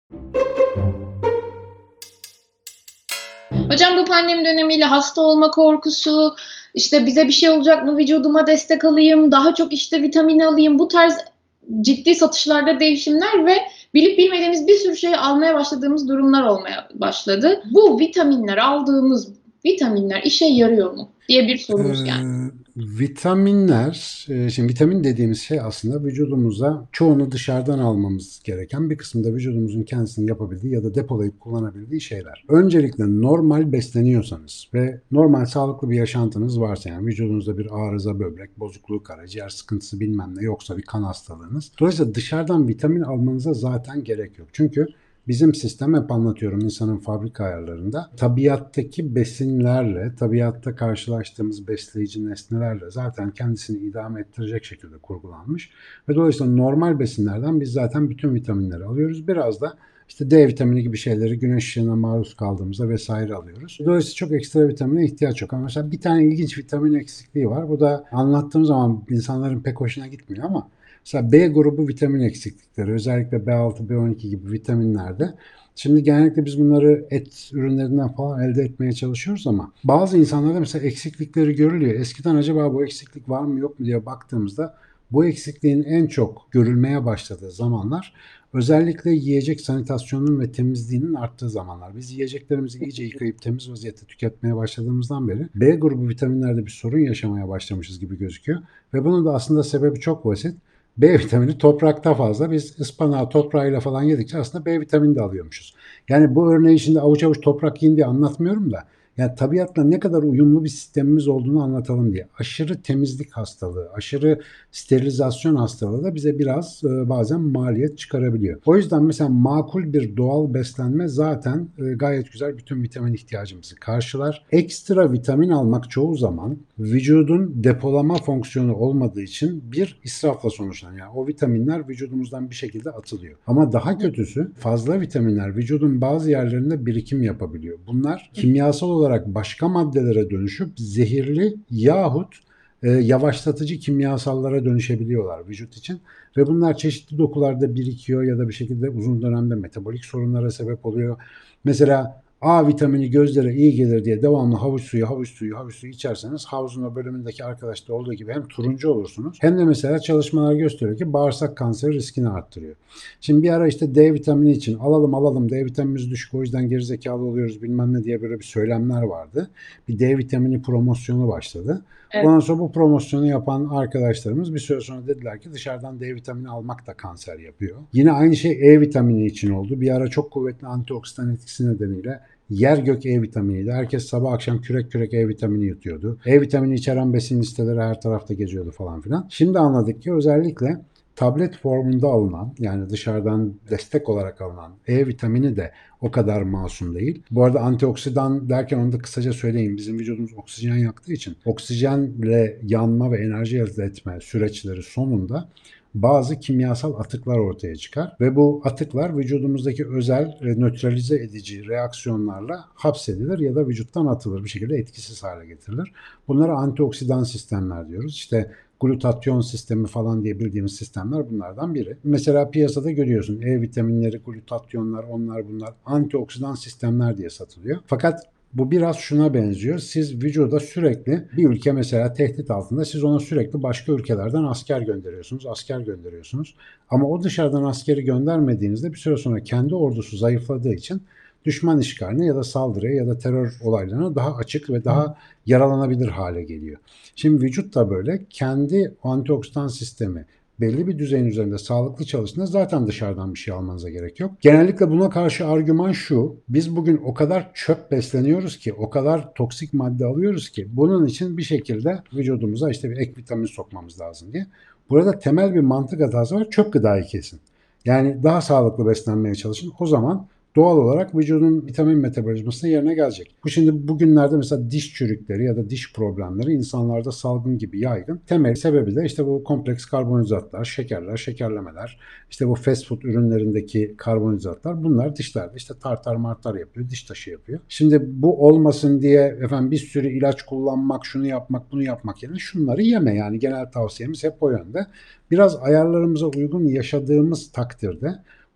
Hocam bu pandemi dönemiyle hasta olma korkusu, işte bize bir şey olacak mı, vücuduma destek alayım, daha çok işte vitamin alayım, bu tarz ciddi satışlarda değişimler ve bilip bilmediğimiz bir sürü şey almaya başladığımız durumlar olmaya başladı. Bu vitaminler, aldığımız vitaminler işe yarıyor mu diye bir sorumuz geldi. Vitaminler, şimdi vitamin dediğimiz şey aslında vücudumuza çoğunu dışarıdan almamız gereken bir kısımda vücudumuzun kendisini yapabildiği ya da depolayıp kullanabildiği şeyler. Öncelikle normal besleniyorsanız ve normal sağlıklı bir yaşantınız varsa yani vücudunuzda bir arıza, böbrek bozukluğu, karaciğer sıkıntısı bilmem ne yoksa bir kan hastalığınız. Dolayısıyla dışarıdan vitamin almanıza zaten gerek yok. Çünkü bizim sistem hep anlatıyorum insanın fabrika ayarlarında. Tabiattaki besinlerle, tabiatta karşılaştığımız besleyici nesnelerle zaten kendisini idame ettirecek şekilde kurgulanmış. Ve dolayısıyla normal besinlerden biz zaten bütün vitaminleri alıyoruz. Biraz da işte D vitamini gibi şeyleri güneş ışığına maruz kaldığımızda vesaire alıyoruz. Dolayısıyla çok ekstra vitamine ihtiyaç yok. Ama mesela bir tane ilginç vitamin eksikliği var. Bu da anlattığım zaman insanların pek hoşuna gitmiyor ama mesela B grubu vitamin eksiklikleri, özellikle B6, B12 gibi vitaminlerde. Şimdi genellikle biz bunları et ürünlerinden falan elde etmeye çalışıyoruz ama bazı insanlarda mesela eksiklikleri görülüyor. Eskiden acaba bu eksiklik var mı yok mu diye baktığımızda bu eksikliğin en çok görülmeye başladığı zamanlar özellikle yiyecek sanitasyonunun ve temizliğinin arttığı zamanlar. Biz yiyeceklerimizi iyice yıkayıp temiz vaziyette tüketmeye başladığımızdan beri B grubu vitaminlerde bir sorun yaşamaya başlamışız gibi gözüküyor. Ve bunun da aslında sebebi çok basit. B vitamini toprakta fazla. Biz ıspanağı toprağıyla falan yedikçe aslında B vitamini de alıyormuşuz. Yani bu örneği şimdi avuç avuç toprak yiyin diye anlatmıyorum da yani tabiatla ne kadar uyumlu bir sistemimiz olduğunu anlatalım diye. Aşırı temizlik hastalığı, aşırı sterilizasyon hastalığı da bize biraz bazen maliyet çıkarabiliyor. O yüzden mesela makul bir doğal beslenme zaten gayet güzel bütün vitamin ihtiyacımızı karşılar. Ekstra vitamin almak çoğu zaman vücudun depolama fonksiyonu olmadığı için bir israfla sonuçlanıyor. Yani o vitaminler vücudumuzdan bir şekilde atılıyor. Ama daha kötüsü fazla vitaminler vücudun bazı yerlerinde birikim yapabiliyor. Bunlar kimyasal olarak başka maddelere dönüşüp zehirli yahut yavaşlatıcı kimyasallara dönüşebiliyorlar vücut için ve bunlar çeşitli dokularda birikiyor ya da bir şekilde uzun dönemde metabolik sorunlara sebep oluyor. Mesela A vitamini gözlere iyi gelir diye devamlı havuç suyu, havuç suyu, havuç suyu içerseniz havuzun o bölümündeki arkadaşta olduğu gibi hem turuncu olursunuz hem de mesela çalışmalar gösteriyor ki bağırsak kanseri riskini arttırıyor. Şimdi bir ara işte D vitamini için alalım D vitaminimiz düşük o yüzden gerizekalı oluyoruz bilmem ne diye böyle bir söylemler vardı. Bir D vitamini promosyonu başladı. Evet. Ondan sonra bu promosyonu yapan arkadaşlarımız bir süre sonra dediler ki dışarıdan D vitamini almak da kanser yapıyor. Yine aynı şey E vitamini için oldu. Bir ara çok kuvvetli antioksidan etkisi nedeniyle yer gök E vitaminiydi. Herkes sabah akşam kürek kürek E vitamini yutuyordu. E vitamini içeren besin listeleri her tarafta geziyordu falan filan. Şimdi anladık ki özellikle tablet formunda alınan yani dışarıdan destek olarak alınan E vitamini de o kadar masum değil. Bu arada antioksidan derken onu da kısaca söyleyeyim. Bizim vücudumuz oksijen yaktığı için oksijenle yanma ve enerji elde etme süreçleri sonunda bazı kimyasal atıklar ortaya çıkar ve bu atıklar vücudumuzdaki özel nötralize edici reaksiyonlarla hapsedilir ya da vücuttan atılır bir şekilde etkisiz hale getirilir. Bunlara antioksidan sistemler diyoruz. İşte glutatyon sistemi falan diye bildiğimiz sistemler bunlardan biri. Mesela piyasada görüyorsun E vitaminleri, glutatyonlar, onlar bunlar antioksidan sistemler diye satılıyor. Fakat bu biraz şuna benziyor. Siz vücuda sürekli bir ülke mesela tehdit altında siz ona sürekli başka ülkelerden asker gönderiyorsunuz, asker gönderiyorsunuz. Ama o dışarıdan askeri göndermediğinizde bir süre sonra kendi ordusu zayıfladığı için düşman işgaline ya da saldırıya ya da terör olaylarına daha açık ve daha yaralanabilir hale geliyor. Şimdi vücut da böyle kendi antioksidan sistemi belli bir düzeyin üzerinde sağlıklı çalıştığında zaten dışarıdan bir şey almanıza gerek yok. Genellikle buna karşı argüman şu. Biz bugün o kadar çöp besleniyoruz ki, o kadar toksik madde alıyoruz ki bunun için bir şekilde vücudumuza işte bir ek vitamin sokmamız lazım diye. Burada temel bir mantık hatası var. Çöp gıdayı kesin. Yani daha sağlıklı beslenmeye çalışın. O zaman doğal olarak vücudun vitamin metabolizması yerine gelecek. Bu şimdi bugünlerde mesela diş çürükleri ya da diş problemleri insanlarda salgın gibi yaygın. Temel sebebi de işte bu kompleks karbonhidratlar, şekerler, şekerlemeler, işte bu fast food ürünlerindeki karbonhidratlar bunlar dişlerde işte tartar martar yapıyor, diş taşı yapıyor. Şimdi bu olmasın diye efendim bir sürü ilaç kullanmak, şunu yapmak, bunu yapmak yerine şunları yeme yani genel tavsiyemiz hep o yönde. Biraz ayarlarımıza uygun yaşadığımız takdirde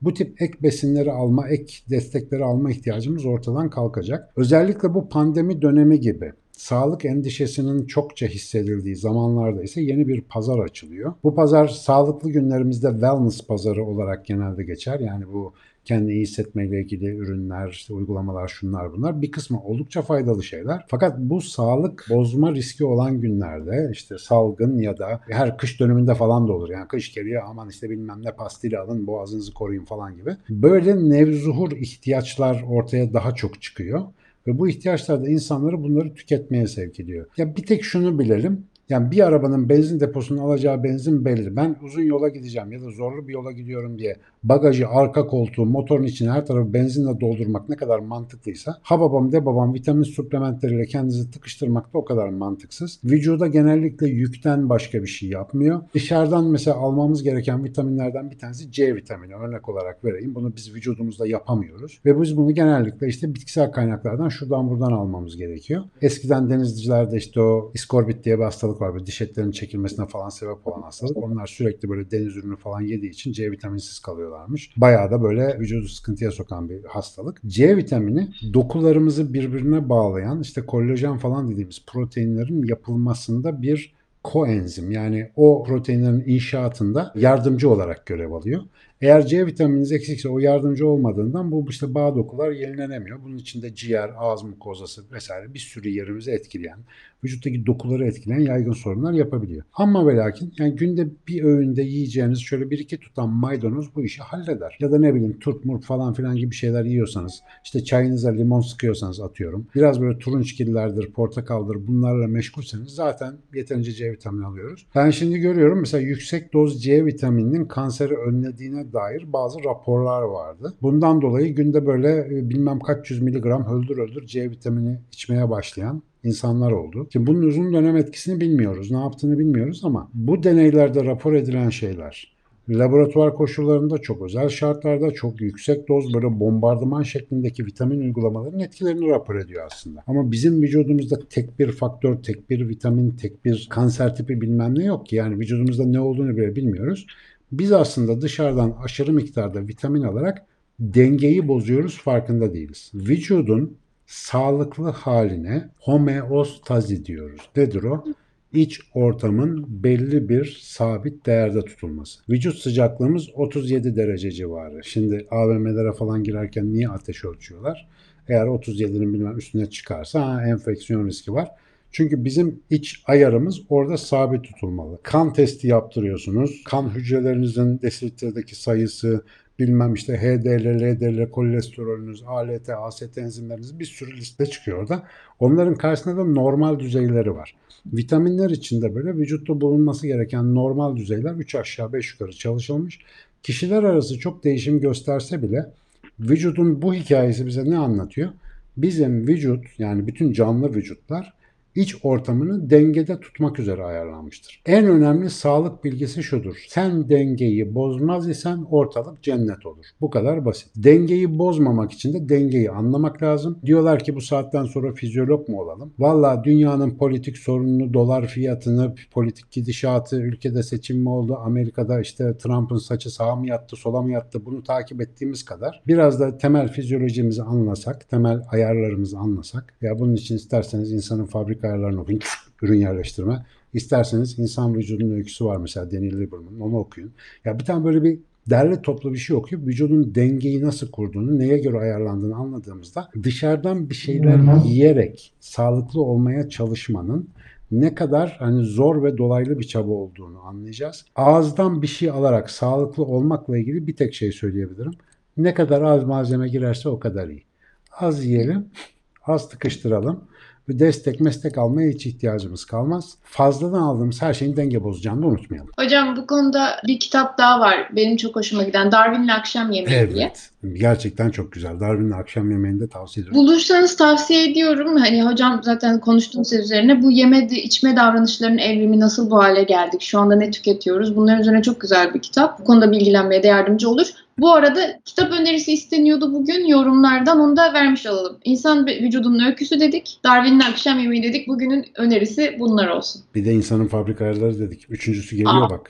bu tip ek besinleri alma, ek destekleri alma ihtiyacımız ortadan kalkacak. Özellikle bu pandemi dönemi gibi sağlık endişesinin çokça hissedildiği zamanlarda ise yeni bir pazar açılıyor. Bu pazar sağlıklı günlerimizde wellness pazarı olarak genelde geçer. Yani bu kendini iyi hissetmeyle ilgili ürünler, işte uygulamalar, şunlar bunlar. Bir kısmı oldukça faydalı şeyler. Fakat bu sağlık bozma riski olan günlerde işte salgın ya da her kış döneminde falan da olur. Yani kış geliyor aman işte bilmem ne pastili alın boğazınızı koruyun falan gibi. Böyle nevzuhur ihtiyaçlar ortaya daha çok çıkıyor. Ve bu ihtiyaçlar da insanları bunları tüketmeye sevk ediyor. Ya bir tek şunu bilelim. Yani bir arabanın benzin deposunun alacağı benzin belli. Ben uzun yola gideceğim ya da zorlu bir yola gidiyorum diye bagajı, arka koltuğu, motorun içine her tarafı benzinle doldurmak ne kadar mantıklıysa ha babam de babam vitamin suplementleriyle kendinizi tıkıştırmak da o kadar mantıksız. Vücuda genellikle yükten başka bir şey yapmıyor. Dışarıdan mesela almamız gereken vitaminlerden bir tanesi C vitamini. Örnek olarak vereyim. Bunu biz vücudumuzda yapamıyoruz. Ve biz bunu genellikle işte bitkisel kaynaklardan şuradan buradan almamız gerekiyor. Eskiden denizcilerde işte o iskorbit diye bir hastalık var. Böyle diş etlerinin çekilmesine falan sebep olan hastalık. Onlar sürekli böyle deniz ürünü falan yediği için C vitaminsiz kalıyorlarmış. Bayağı da böyle vücudu sıkıntıya sokan bir hastalık. C vitamini dokularımızı birbirine bağlayan işte kollajen falan dediğimiz proteinlerin yapılmasında bir koenzim, yani o proteinlerin inşaatında yardımcı olarak görev alıyor. Eğer C vitamininiz eksikse o yardımcı olmadığından bu işte bağ dokular yenilenemiyor. Bunun içinde ciğer, ağız mukozası vesaire bir sürü yerimizi etkileyen, vücuttaki dokuları etkileyen yaygın sorunlar yapabiliyor. Ama ve lakin yani günde bir öğünde yiyeceğiniz şöyle bir iki tutam maydanoz bu işi halleder. Ya da ne bileyim turp murp falan filan gibi şeyler yiyorsanız, işte çayınıza limon sıkıyorsanız atıyorum. Biraz böyle turunçgillerdir, portakaldır bunlarla meşgulseniz zaten yeterince C vitamini alıyoruz. Ben şimdi görüyorum mesela yüksek doz C vitamininin kanseri önlediğine dair bazı raporlar vardı. Bundan dolayı günde böyle bilmem kaç yüz miligram öldür öldür C vitamini içmeye başlayan insanlar oldu. Şimdi bunun uzun dönem etkisini bilmiyoruz, ne yaptığını bilmiyoruz ama bu deneylerde rapor edilen şeyler laboratuvar koşullarında çok özel şartlarda çok yüksek doz böyle bombardıman şeklindeki vitamin uygulamalarının etkilerini rapor ediyor aslında. Ama bizim vücudumuzda tek bir faktör, tek bir vitamin, tek bir kanser tipi bilmem ne yok ki. Yani vücudumuzda ne olduğunu bile bilmiyoruz. Biz aslında dışarıdan aşırı miktarda vitamin alarak dengeyi bozuyoruz, farkında değiliz. Vücudun sağlıklı haline homeostazi diyoruz. Nedir o? İç ortamın belli bir sabit değerde tutulması. Vücut sıcaklığımız 37 derece civarı. Şimdi AVM'lere falan girerken niye ateş ölçüyorlar? Eğer 37'nin bilmem üstüne çıkarsa enfeksiyon riski var. Çünkü bizim iç ayarımız orada sabit tutulmalı. Kan testi yaptırıyorsunuz. Kan hücrelerinizin desilitredeki sayısı, bilmem işte HDL, LDL, kolesterolünüz, ALT, AST enzimleriniz bir sürü liste çıkıyor orada. Onların karşısında da normal düzeyleri var. Vitaminler içinde böyle vücutta bulunması gereken normal düzeyler 3 aşağı 5 yukarı çalışılmış. Kişiler arası çok değişim gösterse bile vücudun bu hikayesi bize ne anlatıyor? Bizim vücut, yani bütün canlı vücutlar iç ortamını dengede tutmak üzere ayarlanmıştır. En önemli sağlık bilgisi şudur: sen dengeyi bozmaz isen ortalık cennet olur. Bu kadar basit. Dengeyi bozmamak için de dengeyi anlamak lazım. Diyorlar ki bu saatten sonra fizyolog mu olalım? Valla dünyanın politik sorununu, dolar fiyatını, politik gidişatı, ülkede seçim mi oldu, Amerika'da işte Trump'ın saçı sağa mı yattı, sola mı yattı, bunu takip ettiğimiz kadar biraz da temel fizyolojimizi anlasak, temel ayarlarımızı anlasak, ya bunun için isterseniz insanın fabrika ayarlarını okuyun, ürün yerleştirme. İsterseniz insan vücudunun öyküsü var mesela, Danny Lieberman'ın, onu okuyun. Ya bir tane böyle bir derli toplu bir şey okuyup vücudun dengeyi nasıl kurduğunu, neye göre ayarlandığını anladığımızda dışarıdan bir şeyler yiyerek sağlıklı olmaya çalışmanın ne kadar hani zor ve dolaylı bir çaba olduğunu anlayacağız. Ağızdan bir şey alarak sağlıklı olmakla ilgili bir tek şey söyleyebilirim: ne kadar az malzeme girerse o kadar iyi. Az yiyelim, az tıkıştıralım. Bir destek meslek almaya hiç ihtiyacımız kalmaz. Fazladan aldığımız her şeyin denge bozacağını da unutmayalım. Hocam bu konuda bir kitap daha var. Benim çok hoşuma giden, Darwin'le Akşam Yemeği diye. Evet. Gerçekten çok güzel. Darwin'le Akşam Yemeğini de tavsiye ediyorum. Bulursanız tavsiye ediyorum. Hani hocam zaten konuştuğumuz üzerine bu yeme içme davranışlarının evrimi, nasıl bu hale geldik, şu anda ne tüketiyoruz, bunların üzerine çok güzel bir kitap. Bu konuda bilgilenmeye de yardımcı olur. Bu arada kitap önerisi isteniyordu bugün yorumlardan, onu da vermiş olalım. İnsan vücudunun öyküsü dedik. Darwin'in Akşam Yemeği dedik. Bugünün önerisi bunlar olsun. Bir de insanın fabrika ayarları dedik. Üçüncüsü geliyor bak.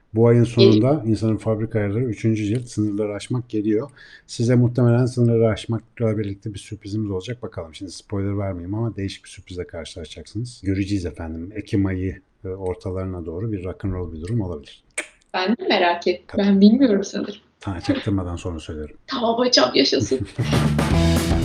Bu ayın Geliyor. sonunda insanın fabrika ayarları 3. cilt sınırları aşmak geliyor. Size muhtemelen sınırları aşmakla birlikte bir sürprizimiz olacak. Bakalım, şimdi spoiler vermeyeyim ama değişik bir sürprizle karşılaşacaksınız. Göreceğiz efendim. Ekim ayı ortalarına doğru bir rock'n'roll bir durum olabilir. Ben de merak ettim. Ben bilmiyorum sanırım. Çaktırmadan sonra söylerim. Tamam hocam, yaşasın.